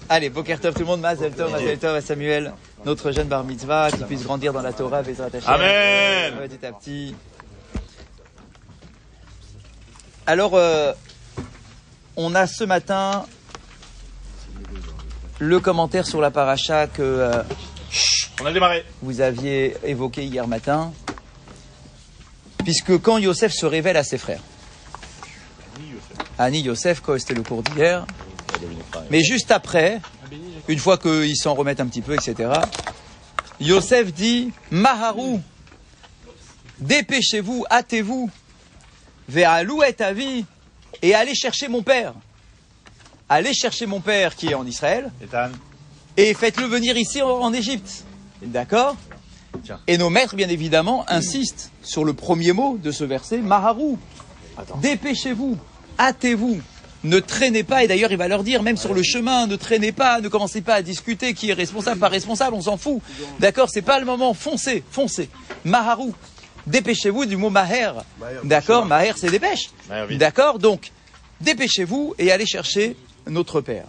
Allez, Boker Tov tout le monde, Mazel Tov à Samuel, notre jeune bar mitzvah, qui puisse grandir dans la Torah, Bezrat Hashem. Amen. Petit à petit. Alors, on a ce matin le commentaire sur la paracha que on a démarré. Vous aviez évoqué hier matin, puisque quand Yosef se révèle à ses frères, Ani Yosef, c'était le cours d'hier, mais juste après, une fois qu'ils s'en remettent un petit peu, etc., Yosef dit « Maharou, dépêchez-vous, hâtez-vous, ve'alou et avi, et allez chercher mon père. Allez chercher mon père qui est en Israël, et faites-le venir ici en Égypte. » D'accord ? Et nos maîtres, bien évidemment, insistent sur le premier mot de ce verset, « Maharou, dépêchez-vous, hâtez-vous. » Ne traînez pas, et d'ailleurs il va leur dire, même sur le chemin, ne traînez pas, ne commencez pas à discuter qui est responsable, pas responsable, on s'en fout. D'accord, c'est pas le moment, foncez, foncez. Maharou, dépêchez-vous du mot maher. D'accord, maher c'est dépêche. D'accord, donc dépêchez-vous et allez chercher notre père.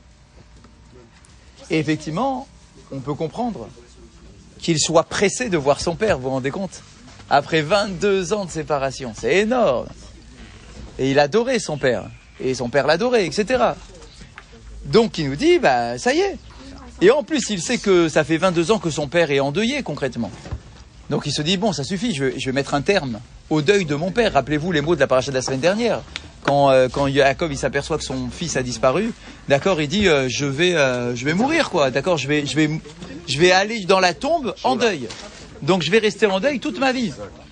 Et effectivement, on peut comprendre qu'il soit pressé de voir son père, vous vous rendez compte ? Après 22 ans de séparation, c'est énorme. Et il adorait son père. Et son père l'adorait, etc. Donc il nous dit, ça y est. Et en plus, il sait que ça fait 22 ans que son père est endeuillé concrètement. Donc il se dit, bon, ça suffit, je vais mettre un terme au deuil de mon père. Rappelez-vous les mots de la paracha de la semaine dernière. Quand Jacob il s'aperçoit que son fils a disparu, d'accord, il dit, je vais mourir, quoi. D'accord, je vais aller dans la tombe en deuil. Donc je vais rester en deuil toute ma vie.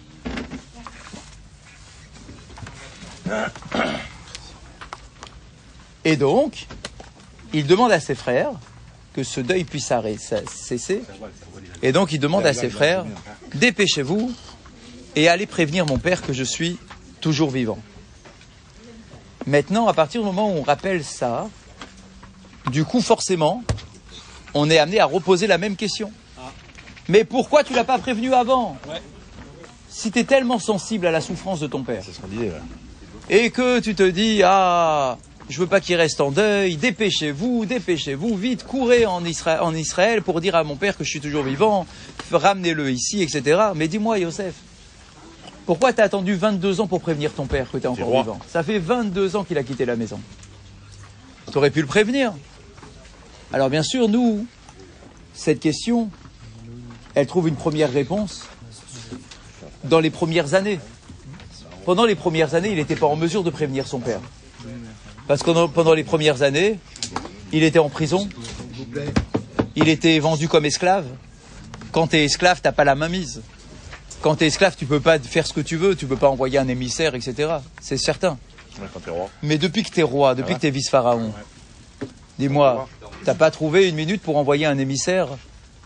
Et donc, il demande à ses frères que ce deuil puisse cesser. Et donc, il demande à ses frères, dépêchez-vous et allez prévenir mon père que je suis toujours vivant. Maintenant, à partir du moment où on rappelle ça, du coup, forcément, on est amené à reposer la même question. Mais pourquoi tu l'as pas prévenu avant ? Si tu es tellement sensible à la souffrance de ton père. C'est ce qu'on disait, et que tu te dis, je veux pas qu'il reste en deuil, dépêchez-vous, vite, courez en Israël pour dire à mon père que je suis toujours vivant, ramenez-le ici, etc. Mais dis-moi, Yosef, pourquoi t'as attendu 22 ans pour prévenir ton père que t'es encore vivant ? Ça fait 22 ans qu'il a quitté la maison. T'aurais pu le prévenir. Alors bien sûr, nous, cette question, elle trouve une première réponse dans les premières années. Pendant les premières années, il n'était pas en mesure de prévenir son père. Parce que pendant les premières années, il était en prison. Il était vendu comme esclave. Quand tu es esclave, tu n'as pas la main mise. Quand tu es esclave, tu ne peux pas faire ce que tu veux. Tu ne peux pas envoyer un émissaire, etc. C'est certain. Mais depuis que tu es roi, depuis que tu es vice-pharaon, dis-moi, tu n'as pas trouvé une minute pour envoyer un émissaire ? D'accord ?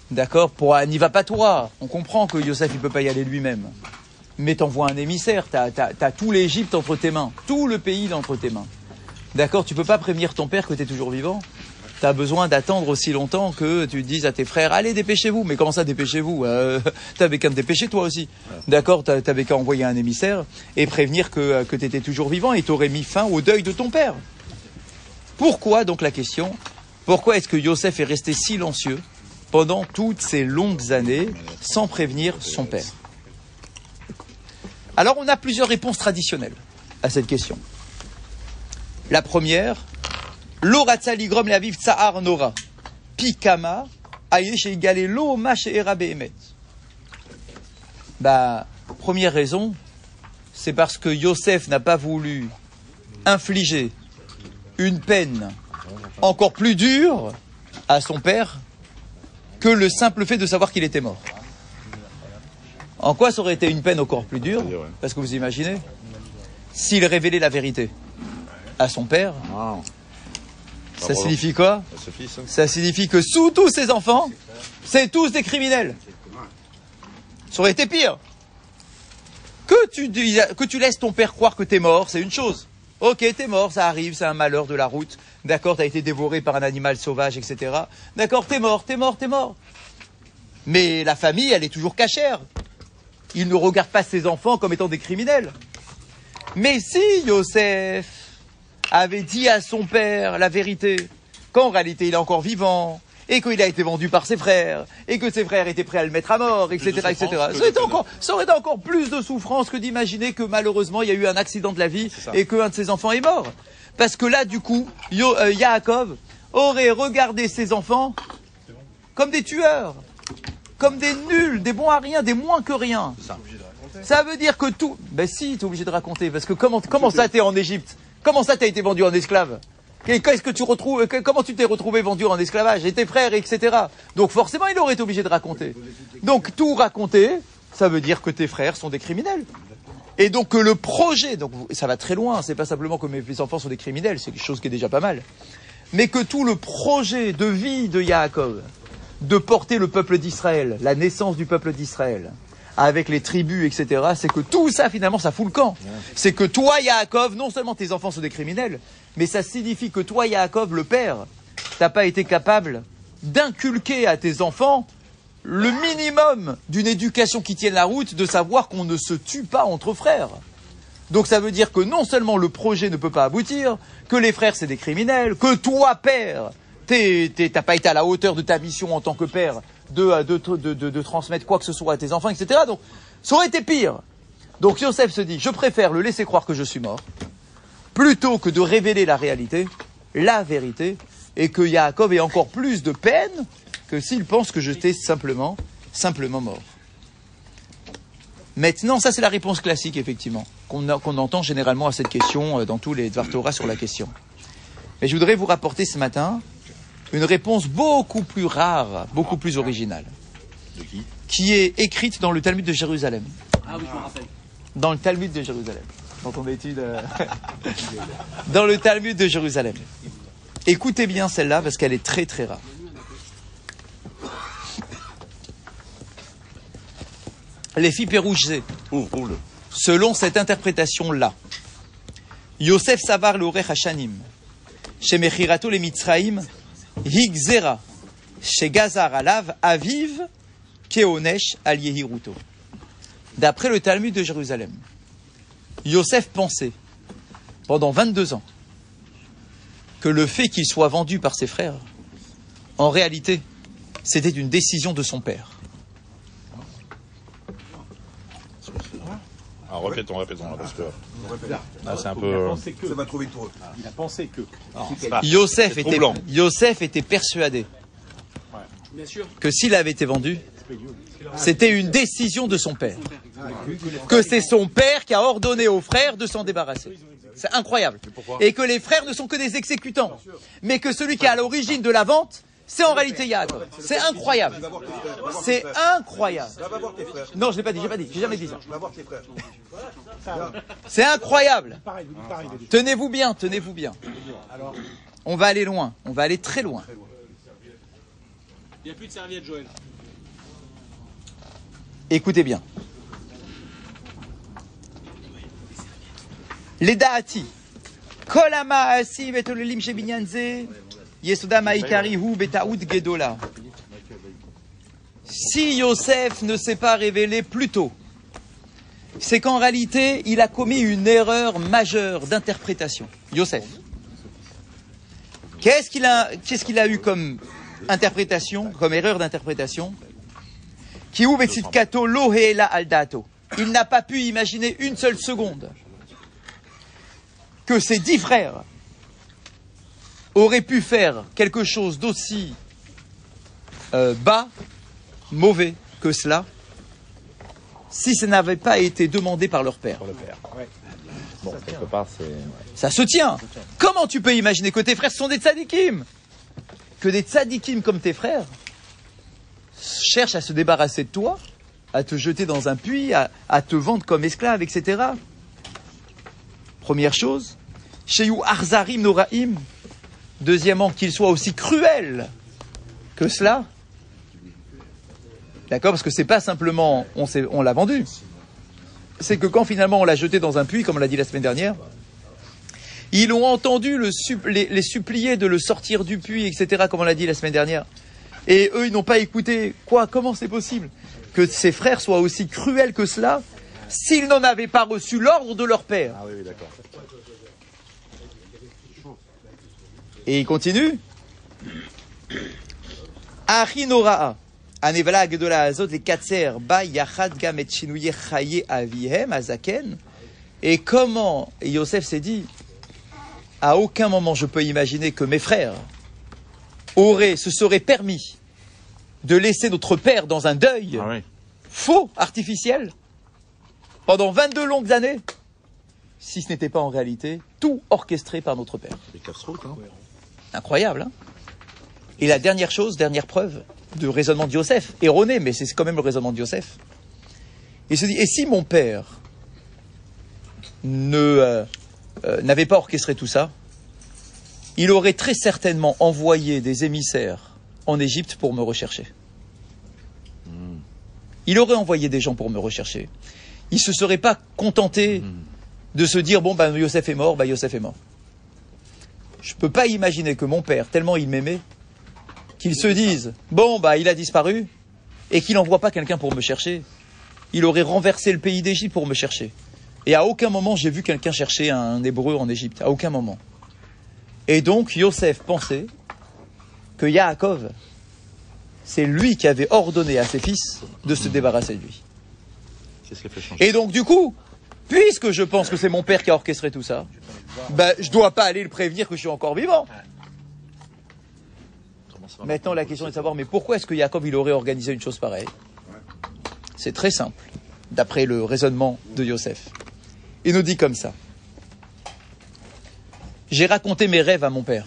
N'y va pas toi. On comprend que Yosef ne peut pas y aller lui-même. Mais t'envoies un émissaire, t'as tout l'Égypte entre tes mains, tout le pays entre tes mains. D'accord, tu peux pas prévenir ton père que t'es toujours vivant. T'as besoin d'attendre aussi longtemps que tu dises à tes frères, allez, dépêchez-vous. Mais comment ça, dépêchez-vous ? T'avais qu'à te dépêcher toi aussi. D'accord, t'avais qu'à envoyer un émissaire et prévenir que t'étais toujours vivant et t'aurais mis fin au deuil de ton père. Pourquoi donc la question ? Pourquoi est-ce que Yosef est resté silencieux pendant toutes ces longues années sans prévenir son père ? Alors, on a plusieurs réponses traditionnelles à cette question. La première, l'oratza ligrom le'aviv tsa'ar nora, pikama, ayesh egale lo ma she'era be'emet. Première raison, c'est parce que Yosef n'a pas voulu infliger une peine encore plus dure à son père que le simple fait de savoir qu'il était mort. En quoi ça aurait été une peine encore plus dure ? Parce que vous imaginez, s'il révélait la vérité à son père, ça signifie quoi ? Ça signifie que sous tous ses enfants, c'est tous des criminels. Ça aurait été pire. Que tu laisses ton père croire que t'es mort, c'est une chose. Ok, t'es mort, ça arrive, c'est un malheur de la route. D'accord, t'as été dévoré par un animal sauvage, etc. D'accord, t'es mort. Mais la famille, elle est toujours cachère. Il ne regarde pas ses enfants comme étant des criminels. Mais si Yosef avait dit à son père la vérité, qu'en réalité il est encore vivant, et qu'il a été vendu par ses frères, et que ses frères étaient prêts à le mettre à mort, etc., etc. Ça aurait été encore plus de souffrance que d'imaginer que malheureusement il y a eu un accident de la vie et qu'un de ses enfants est mort. Parce que là, du coup, Yaakov aurait regardé ses enfants comme des tueurs, comme des nuls, des bons à rien, des moins que rien. Ça veut dire que tout... Ben si, t'es obligé de raconter, parce que comment ça t'es en Égypte? Comment ça t'as été vendu en esclave? Qu'est-ce que tu retrouves, comment tu t'es retrouvé vendu en esclavage, et tes frères, etc. Donc forcément, il aurait été obligé de raconter. Donc tout raconter, ça veut dire que tes frères sont des criminels. Et donc que le projet, donc ça va très loin, c'est pas simplement que mes enfants sont des criminels, c'est quelque chose qui est déjà pas mal. Mais que tout le projet de vie de Yaakov, de porter le peuple d'Israël, la naissance du peuple d'Israël, avec les tribus, etc., c'est que tout ça, finalement, ça fout le camp. C'est que toi, Yaakov, non seulement tes enfants sont des criminels, mais ça signifie que toi, Yaakov, le père, t'as pas été capable d'inculquer à tes enfants le minimum d'une éducation qui tienne la route, de savoir qu'on ne se tue pas entre frères. Donc ça veut dire que non seulement le projet ne peut pas aboutir, que les frères c'est des criminels, que toi, père, t'as pas été à la hauteur de ta mission en tant que père, de transmettre quoi que ce soit à tes enfants, etc. Donc, ça aurait été pire. Donc, Yosef se dit, je préfère le laisser croire que je suis mort, plutôt que de révéler la réalité, la vérité, et que Yaakov ait encore plus de peine que s'il pense que j'étais simplement mort. Maintenant, ça c'est la réponse classique, effectivement, qu'on entend généralement à cette question dans tous les Dvar Torah sur la question. Mais je voudrais vous rapporter ce matin une réponse beaucoup plus rare, beaucoup plus originale, qui est écrite dans le Talmud de Jérusalem. Ah oui, je me rappelle. Dans le Talmud de Jérusalem. Dans ton étude... dans le Talmud de Jérusalem. Écoutez bien celle-là, parce qu'elle est très très rare. Les filles pérouchées, selon cette interprétation-là, Yosef Savar le Orech Hashanim, chez Mechirato les Mitzraïm, Higzera, chez Gazar Alav, Aviv, Keonesh al Yehiruto. D'après le Talmud de Jérusalem, Yosef pensait, pendant 22 ans, que le fait qu'il soit vendu par ses frères, en réalité, c'était une décision de son père. Alors répétons, parce que là c'est un peu... Ça va trop vite pour eux. Il a pensé que. Yosef était persuadé que s'il avait été vendu, c'était une décision de son père. Que c'est son père qui a ordonné aux frères de s'en débarrasser. C'est incroyable. Et que les frères ne sont que des exécutants. Mais que celui qui est à l'origine de la vente, c'est en réalité Yaakov. C'est incroyable. C'est incroyable. Non, je l'ai pas dit, j'ai jamais dit ça. C'est incroyable. Tenez-vous bien. On va aller loin, on va aller très loin. Il n'y a plus de serviette, Joël. Écoutez bien. Les Da'ati. Kolama asi vetololim shebinyanze. Yesoda ma'ikari hu betaoud gedola. Si Yosef ne s'est pas révélé plus tôt, c'est qu'en réalité, il a commis une erreur majeure d'interprétation. Yosef. Qu'est-ce qu'il a eu comme interprétation, comme erreur d'interprétation? Ki hu betzitkato lo he'ela al da'ato. Il n'a pas pu imaginer une seule seconde que ses 10 frères auraient pu faire quelque chose d'aussi bas, mauvais que cela, si ça n'avait pas été demandé par leur père. Bon, quelque part, c'est... Ça se tient. Comment tu peux imaginer que tes frères sont des tzadikim? Que des tzadikim comme tes frères cherchent à se débarrasser de toi, à te jeter dans un puits, à te vendre comme esclave, etc. Première chose. Sheyu arzarim noraim. Deuxièmement, qu'il soit aussi cruel que cela. D'accord? Parce que c'est pas simplement on l'a vendu. C'est que quand finalement on l'a jeté dans un puits, comme on l'a dit la semaine dernière, ils ont entendu les supplier de le sortir du puits, etc., comme on l'a dit la semaine dernière. Et eux, ils n'ont pas écouté. Quoi? Comment c'est possible que ses frères soient aussi cruels que cela s'ils n'en avaient pas reçu l'ordre de leur père? Ah oui, d'accord. Et il continue. Achinoraa. Anevala Gedola Azot, les Katser, Ba, Yachad, Gam, et Shinouye, Chaye, Avihem, Azaken. Et comment Yosef s'est dit, à aucun moment je peux imaginer que mes frères se seraient permis de laisser notre père dans un deuil faux, artificiel, pendant 22 longues années, si ce n'était pas en réalité tout orchestré par notre père. Incroyable, hein? Et la dernière chose, dernière preuve de raisonnement de Yosef, erroné, mais c'est quand même le raisonnement de Yosef. Il se dit, et si mon père n'avait pas orchestré tout ça, il aurait très certainement envoyé des émissaires en Égypte pour me rechercher. Il aurait envoyé des gens pour me rechercher. Il ne se serait pas contenté de se dire, bon, ben, Yosef est mort, ben, Yosef est mort. Je ne peux pas imaginer que mon père, tellement il m'aimait, qu'il se dise, bon, bah, il a disparu, et qu'il n'envoie pas quelqu'un pour me chercher. Il aurait renversé le pays d'Égypte pour me chercher. Et à aucun moment, j'ai vu quelqu'un chercher un Hébreu en Égypte. À aucun moment. Et donc, Yosef pensait que Yaakov, c'est lui qui avait ordonné à ses fils de se débarrasser de lui. Et donc, du coup, puisque je pense que c'est mon père qui a orchestré tout ça, ben, je ne dois pas aller le prévenir que je suis encore vivant. Maintenant, la question est de savoir, mais pourquoi est-ce que Yaakov, il aurait organisé une chose pareille? C'est très simple, d'après le raisonnement de Yosef. Il nous dit comme ça. J'ai raconté mes rêves à mon père.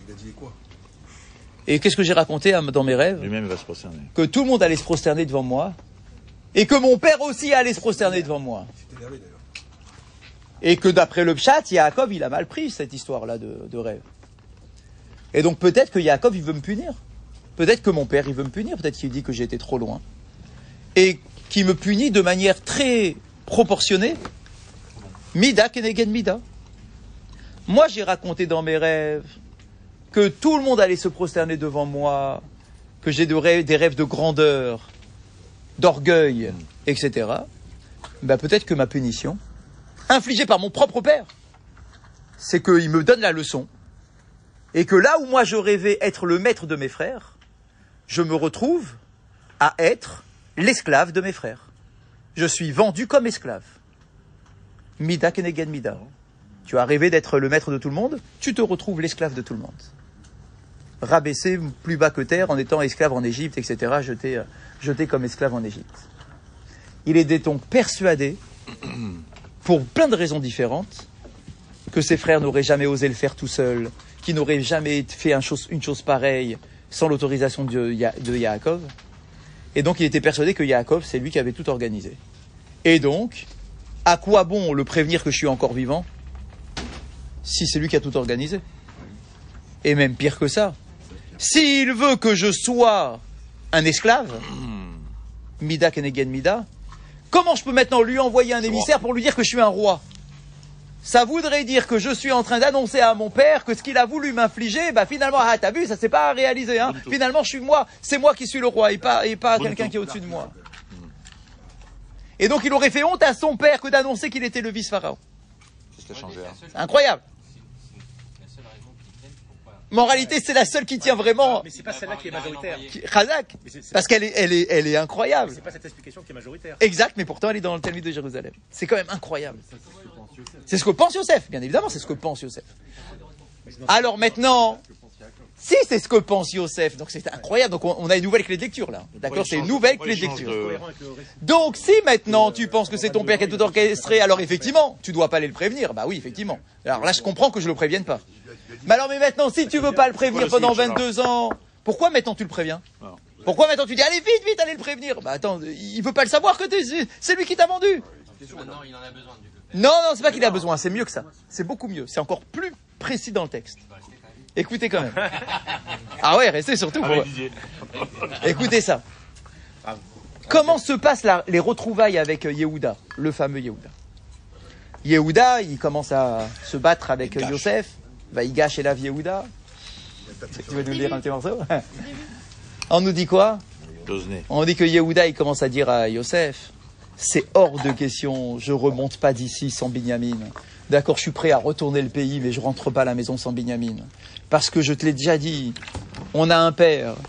Et qu'est-ce que j'ai raconté dans mes rêves? Lui-même, il va se prosterner. Que tout le monde allait se prosterner devant moi, et que mon père aussi allait se prosterner devant moi. Et que d'après le Pshat, Yaakov, il a mal pris cette histoire-là de rêve. Et donc peut-être que Yaakov, il veut me punir. Peut-être que mon père, il veut me punir. Peut-être qu'il dit que j'ai été trop loin. Et qu'il me punit de manière très proportionnée. Mida kenegen mida. Moi, j'ai raconté dans mes rêves que tout le monde allait se prosterner devant moi, que j'ai des rêves de grandeur, d'orgueil, etc. Ben, peut-être que ma punition, infligée par mon propre père, c'est qu'il me donne la leçon. Et que là où moi je rêvais être le maître de mes frères, je me retrouve à être l'esclave de mes frères. Je suis vendu comme esclave. Mida kenegen mida. Tu as rêvé d'être le maître de tout le monde, tu te retrouves l'esclave de tout le monde. Rabaissé plus bas que terre en étant esclave en Égypte, etc., jeté comme esclave en Égypte. Il est donc persuadé, pour plein de raisons différentes, que ses frères n'auraient jamais osé le faire tout seuls, qui n'aurait jamais fait une chose pareille sans l'autorisation de Yaakov. Et donc il était persuadé que Yaakov, c'est lui qui avait tout organisé. Et donc, à quoi bon le prévenir que je suis encore vivant si c'est lui qui a tout organisé? Et même pire que ça, s'il veut que je sois un esclave, Mida kenegen Mida, comment je peux maintenant lui envoyer un émissaire pour lui dire que je suis un roi? Ça voudrait dire que je suis en train d'annoncer à mon père que ce qu'il a voulu m'infliger, bah finalement, ah t'as vu, ça s'est pas réalisé, hein. Finalement, c'est moi qui suis le roi et pas quelqu'un qui est au-dessus de moi. Et donc il aurait fait honte à son père que d'annoncer qu'il était le vice-pharaon. C'est incroyable. Mais en réalité, c'est la seule qui tient vraiment. Mais c'est pas celle-là qui est majoritaire. Chazak, parce qu'elle est incroyable. C'est pas cette explication qui est majoritaire. Exact, mais pourtant elle est dans le Talmud de Jérusalem. C'est quand même incroyable. C'est ce que pense Yosef, bien évidemment, c'est ce que pense Yosef. Alors maintenant, si c'est ce que pense Yosef, donc c'est incroyable, donc on a une nouvelle clé de lecture là. D'accord, c'est une nouvelle clé de lecture. Donc si maintenant tu penses que c'est ton père qui a tout orchestré, alors effectivement, tu dois pas aller le prévenir. Bah oui, effectivement. Alors là, je comprends que je le prévienne pas. Mais alors, mais maintenant, si tu veux pas le prévenir pendant 22 ans, pourquoi maintenant tu le préviens? Pourquoi maintenant tu dis, allez vite, allez le prévenir? Bah attends, il veut pas le savoir que c'est lui qui t'a vendu. Maintenant, il en a besoin du coup. Non, c'est pas qu'il a besoin, c'est mieux que ça. C'est beaucoup mieux, c'est encore plus précis dans le texte. Écoutez quand même. Ah ouais, restez surtout. Écoutez ça. Comment se passent les retrouvailles avec Yehuda, le fameux Yehuda? Yehuda, il commence à se battre avec Yosef. Il gâche et lave Yehuda. Tu veux nous lire un petit morceau? On nous dit quoi? On dit que Yehuda, il commence à dire à Yosef, c'est hors de question, je remonte pas d'ici sans Binyamin. D'accord, je suis prêt à retourner le pays, mais je rentre pas à la maison sans Binyamin. Parce que je te l'ai déjà dit, on a un père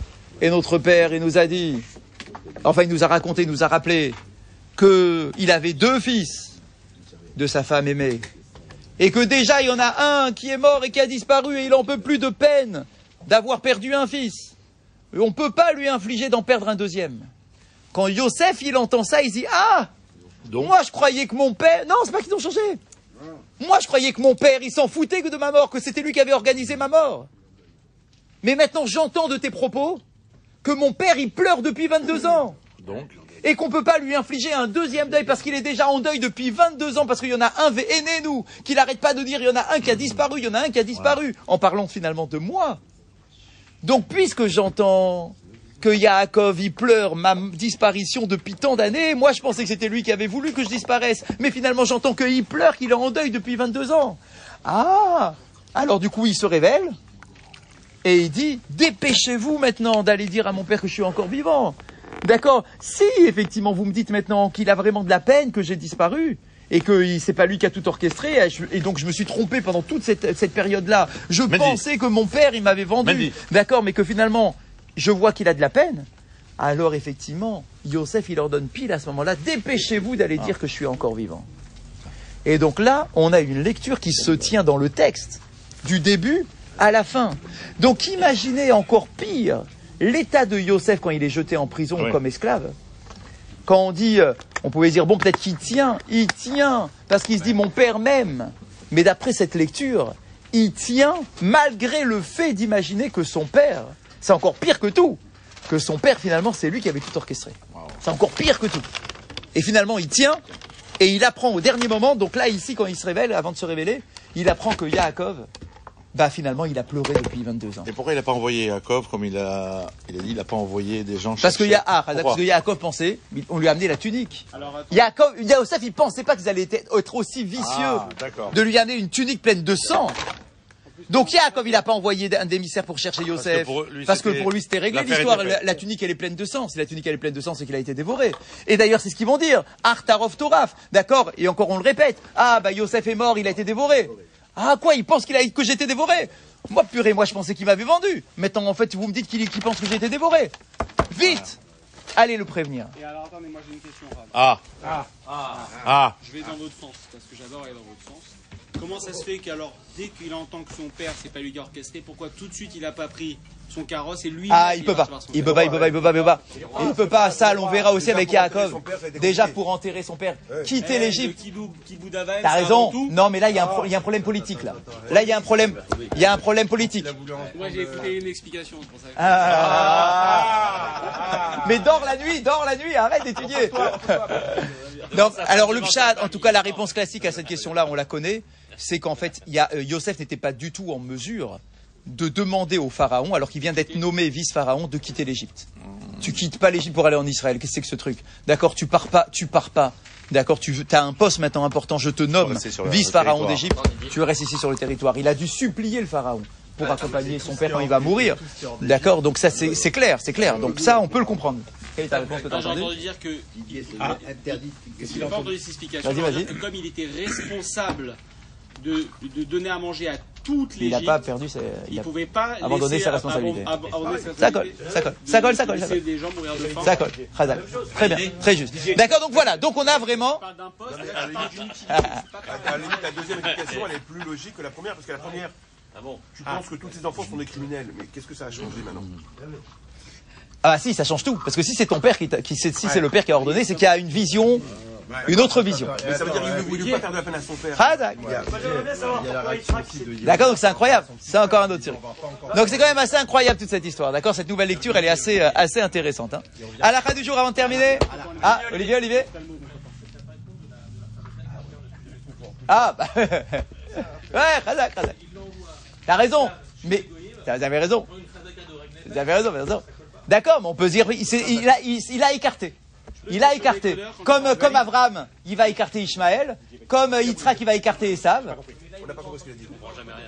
Et notre père, il nous a dit, enfin il nous a raconté, il nous a rappelé qu'il avait 2 fils de sa femme aimée. Et que déjà il y en a un qui est mort et qui a disparu et il en peut plus de peine d'avoir perdu un fils. Et on ne peut pas lui infliger d'en perdre un deuxième. Quand Yosef il entend ça, il dit ah, donc moi je croyais que mon père, non c'est pas qu'ils ont changé. Moi je croyais que mon père il s'en foutait que de ma mort, que c'était lui qui avait organisé ma mort. Mais maintenant j'entends de tes propos que mon père il pleure depuis 22 ans. Donc, Et qu'on ne peut pas lui infliger un deuxième deuil parce qu'il est déjà en deuil depuis 22 ans, parce qu'il y en a un aîné, nous, qui n'arrête pas de dire il y en a un qui a disparu, il y en a un qui a disparu, en parlant finalement de moi. Donc puisque j'entends que Yaakov il pleure ma disparition depuis tant d'années, moi je pensais que c'était lui qui avait voulu que je disparaisse, mais finalement j'entends qu'il pleure, qu'il est en deuil depuis 22 ans. Ah, alors du coup il se révèle et il dit dépêchez-vous maintenant d'aller dire à mon père que je suis encore vivant. D'accord. Si effectivement vous me dites maintenant qu'il a vraiment de la peine que j'ai disparu et que c'est pas lui qui a tout orchestré et donc je me suis trompé pendant toute cette période-là. Je pensais que mon père il m'avait vendu. D'accord, mais que finalement je vois qu'il a de la peine. Alors effectivement, Yosef il leur donne pile à ce moment-là. Dépêchez-vous d'aller dire que je suis encore vivant. Et donc là, on a une lecture qui se tient dans le texte du début à la fin. Donc imaginez encore pire. L'état de Yosef quand il est jeté en prison comme esclave, quand on dit, on pouvait dire, bon peut-être qu'il tient, parce qu'il se dit mon père m'aime. Mais d'après cette lecture, il tient malgré le fait d'imaginer que son père, c'est encore pire que tout, que son père finalement c'est lui qui avait tout orchestré. C'est encore pire que tout. Et finalement il tient, et il apprend au dernier moment, donc là ici quand il se révèle, avant de se révéler, il apprend que Yaakov, bah finalement il a pleuré depuis 22 ans. Et pourquoi il n'a pas envoyé Yaakov comme il a dit, il n'a pas envoyé des gens parce que Yaakov pensait, on lui a amené la tunique. Yosef il pensait pas qu'ils allaient être aussi vicieux de lui amener une tunique pleine de sang. Donc Yaakov il n'a pas envoyé un émissaire pour chercher Yosef parce que pour lui c'était réglé l'histoire. La tunique elle est pleine de sang. Si la tunique elle est pleine de sang, c'est qu'il a été dévoré. Et d'ailleurs c'est ce qu'ils vont dire. Artarov Toraf, d'accord. Et encore on le répète. Ah bah Yosef est mort, il a été dévoré. Ah quoi, il pense que j'ai été dévoré? Moi purée, moi je pensais qu'il m'avait vendu. Maintenant en fait vous me dites qu'il pense que j'ai été dévoré. Vite, allez le prévenir. Et alors attendez, moi j'ai une question. Je vais dans votre sens parce que j'adore aller dans votre sens. Comment ça se fait qu'alors dès qu'il entend que son père c'est pas lui qui a orchestré, pourquoi tout de suite il a pas pris son carrosse et lui il peut pas. Ça on verra aussi avec Yaakov. Déjà pour enterrer son père, quitter l'Égypte. T'as raison. Non mais là il y a un problème politique là. Là il y a un problème politique. Moi j'ai écouté une explication pour ça. Mais dors la nuit, arrête d'étudier. Donc, alors le pshat, en tout cas la réponse classique à cette question-là, on la connaît, c'est qu'en fait, Yosef n'était pas du tout en mesure de demander au pharaon, alors qu'il vient d'être nommé vice-pharaon, de quitter l'Égypte. Tu quittes pas l'Égypte pour aller en Israël. Qu'est-ce que c'est que ce truc? D'accord, tu pars pas. D'accord, tu as un poste maintenant important, je te nomme vice-pharaon d'Égypte, tu restes ici sur le territoire. Il a dû supplier le pharaon pour accompagner son père quand il va mourir. D'accord, donc ça c'est clair. Donc ça on peut le comprendre. Quelle est ta réponse que tu as entendue? J'ai entendu dire que interdit. J'ai pas entendu cette explication. Vas-y. Comme il était responsable de donner à manger à toute l'Égypte, il n'a pas perdu il pouvait pas abandonner sa responsabilité. Ça colle. Des gens mourir de faim. Ça colle. Très bien, très juste. D'accord, donc voilà. Donc on a vraiment. À la limite, la deuxième éducation, elle est plus logique que la première, parce que la première, tu penses que tous tes enfants sont des criminels, mais qu'est-ce que ça a changé maintenant? Ah si, ça change tout. Parce que si c'est ton père si c'est le père qui a ordonné, c'est qu'il y a une vision, une autre vision. Mais ça veut dire qu'il ne voulait pas faire de la peine à son père. D'accord, donc c'est incroyable. C'est encore un autre truc. Donc c'est quand même assez incroyable toute cette histoire. D'accord, cette nouvelle lecture, elle est assez intéressante. Hein. À la fin du jour, avant de terminer. Ah, Olivier. Ah, bah. Ouais, Khazak. T'as raison. Mais, vous avez raison. D'accord, mais on peut dire, il a écarté. Comme Abraham, il va écarter Ishmaël. Comme Yitzhak, il va écarter Esav. On n'a pas compris ce qu'il a dit. On comprend jamais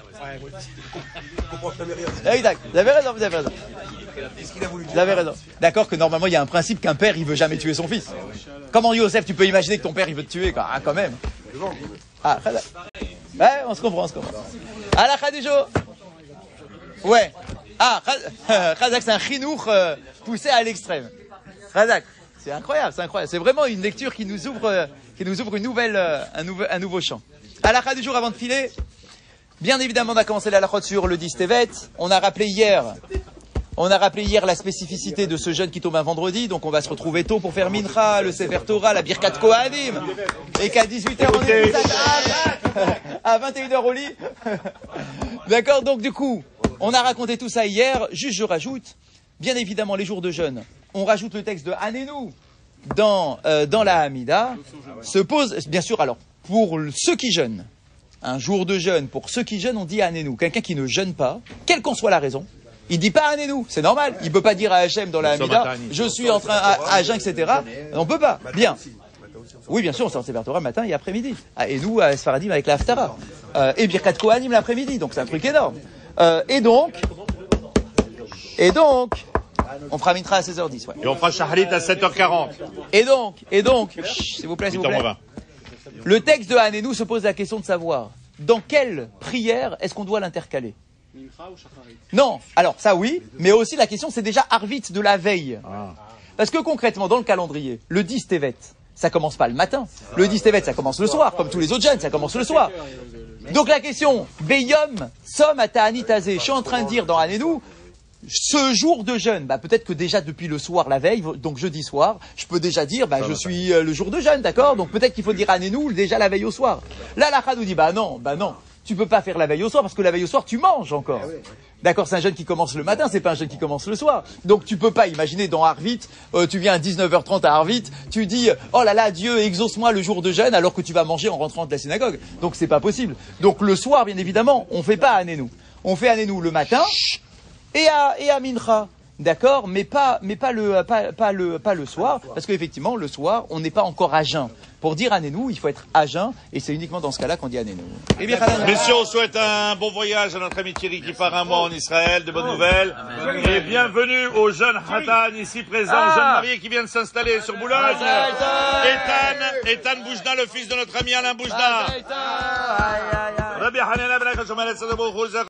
rien. Exact. Vous avez raison. Est-ce qu'il a voulu dire? Vous avez raison. D'accord que normalement, il y a un principe qu'un père, il veut jamais tuer son fils. Comment Yosef, tu peux imaginer que ton père, il veut te tuer, quoi. Ah, quand même. Ah, ouais, on se comprend. À la fin du jour. Ouais. Ah, Razak, c'est un chinour poussé à l'extrême. Razak, c'est incroyable, c'est incroyable. C'est vraiment une lecture qui nous ouvre une nouvelle, un nouveau champ. À l'Akha du jour avant de filer, bien évidemment, on a commencé la halachot sur le 10 Tevet. On a rappelé hier la spécificité de ce jeûne qui tombe un vendredi. Donc on va se retrouver tôt pour faire Mincha, le Sefer Torah, la Birkat Kohanim. Et qu'à 18h, on est à 21h au lit. D'accord, donc du coup, on a raconté tout ça hier. Juste, je rajoute, bien évidemment, les jours de jeûne. On rajoute le texte de Hanenu dans la Hamida. Se pose, bien sûr, alors, pour ceux qui jeûnent, un jour de jeûne, pour ceux qui jeûnent, on dit Hanenu. Quelqu'un qui ne jeûne pas, quelle qu'en soit la raison, il dit pas Hanenu. C'est normal. Il peut pas dire à Hachem dans la Hamida, je suis en train à jeûne, etc. On peut pas. Bien. Oui, bien sûr, on sort Sefer Torah matin et après-midi. Et nous, à Sfaradim, avec la Haftara. Et Birkat Kohanim l'après-midi. Donc, c'est un truc énorme. Et donc, on fera Mincha à 16h10, ouais. Et on fera Shaharit à 7h40. Et donc, s'il vous plaît, le texte de Hanenu se pose la question de savoir dans quelle prière est-ce qu'on doit l'intercaler. Mincha ou Shacharit? Non, alors ça oui, mais aussi la question c'est déjà Arvit de la veille. Parce que concrètement, dans le calendrier, le 10 Tevet, ça commence pas le matin. Le 10 Tevet, ça commence le soir, comme tous les autres jeunes, ça commence le soir. Donc la question, Beyom, Som Ata'ani Tazé, je suis en train de dire dans Hanenu, ce jour de jeûne, peut-être que déjà depuis le soir, la veille, donc jeudi soir, je peux déjà dire, je suis le jour de jeûne, d'accord? Donc peut-être qu'il faut dire Hanenu déjà la veille au soir. Là, l'Akha nous dit, non, tu peux pas faire la veille au soir parce que la veille au soir, tu manges encore. D'accord, c'est un jeûne qui commence le matin, c'est pas un jeûne qui commence le soir. Donc tu peux pas imaginer dans Arvit, tu viens à 19h30 à Arvit, tu dis, oh là là, Dieu, exauce-moi le jour de jeûne alors que tu vas manger en rentrant de la synagogue. Donc c'est pas possible. Donc le soir, bien évidemment, on fait pas Hanenu. On fait Hanenu le matin et à Mincha. D'accord, mais pas le soir, parce qu'effectivement, le soir, on n'est pas encore à jeun. Pour dire Hanenu, il faut être à jeun, et c'est uniquement dans ce cas-là qu'on dit Hanenu. Messieurs, on souhaite un bon voyage à notre ami Thierry qui part un mois en Israël, de bonnes nouvelles. Et bienvenue aux jeunes Hatan ici présents, jeunes mariés qui viennent s'installer sur Boulogne. Ethan Boujna, le fils de notre ami Alain Boujna.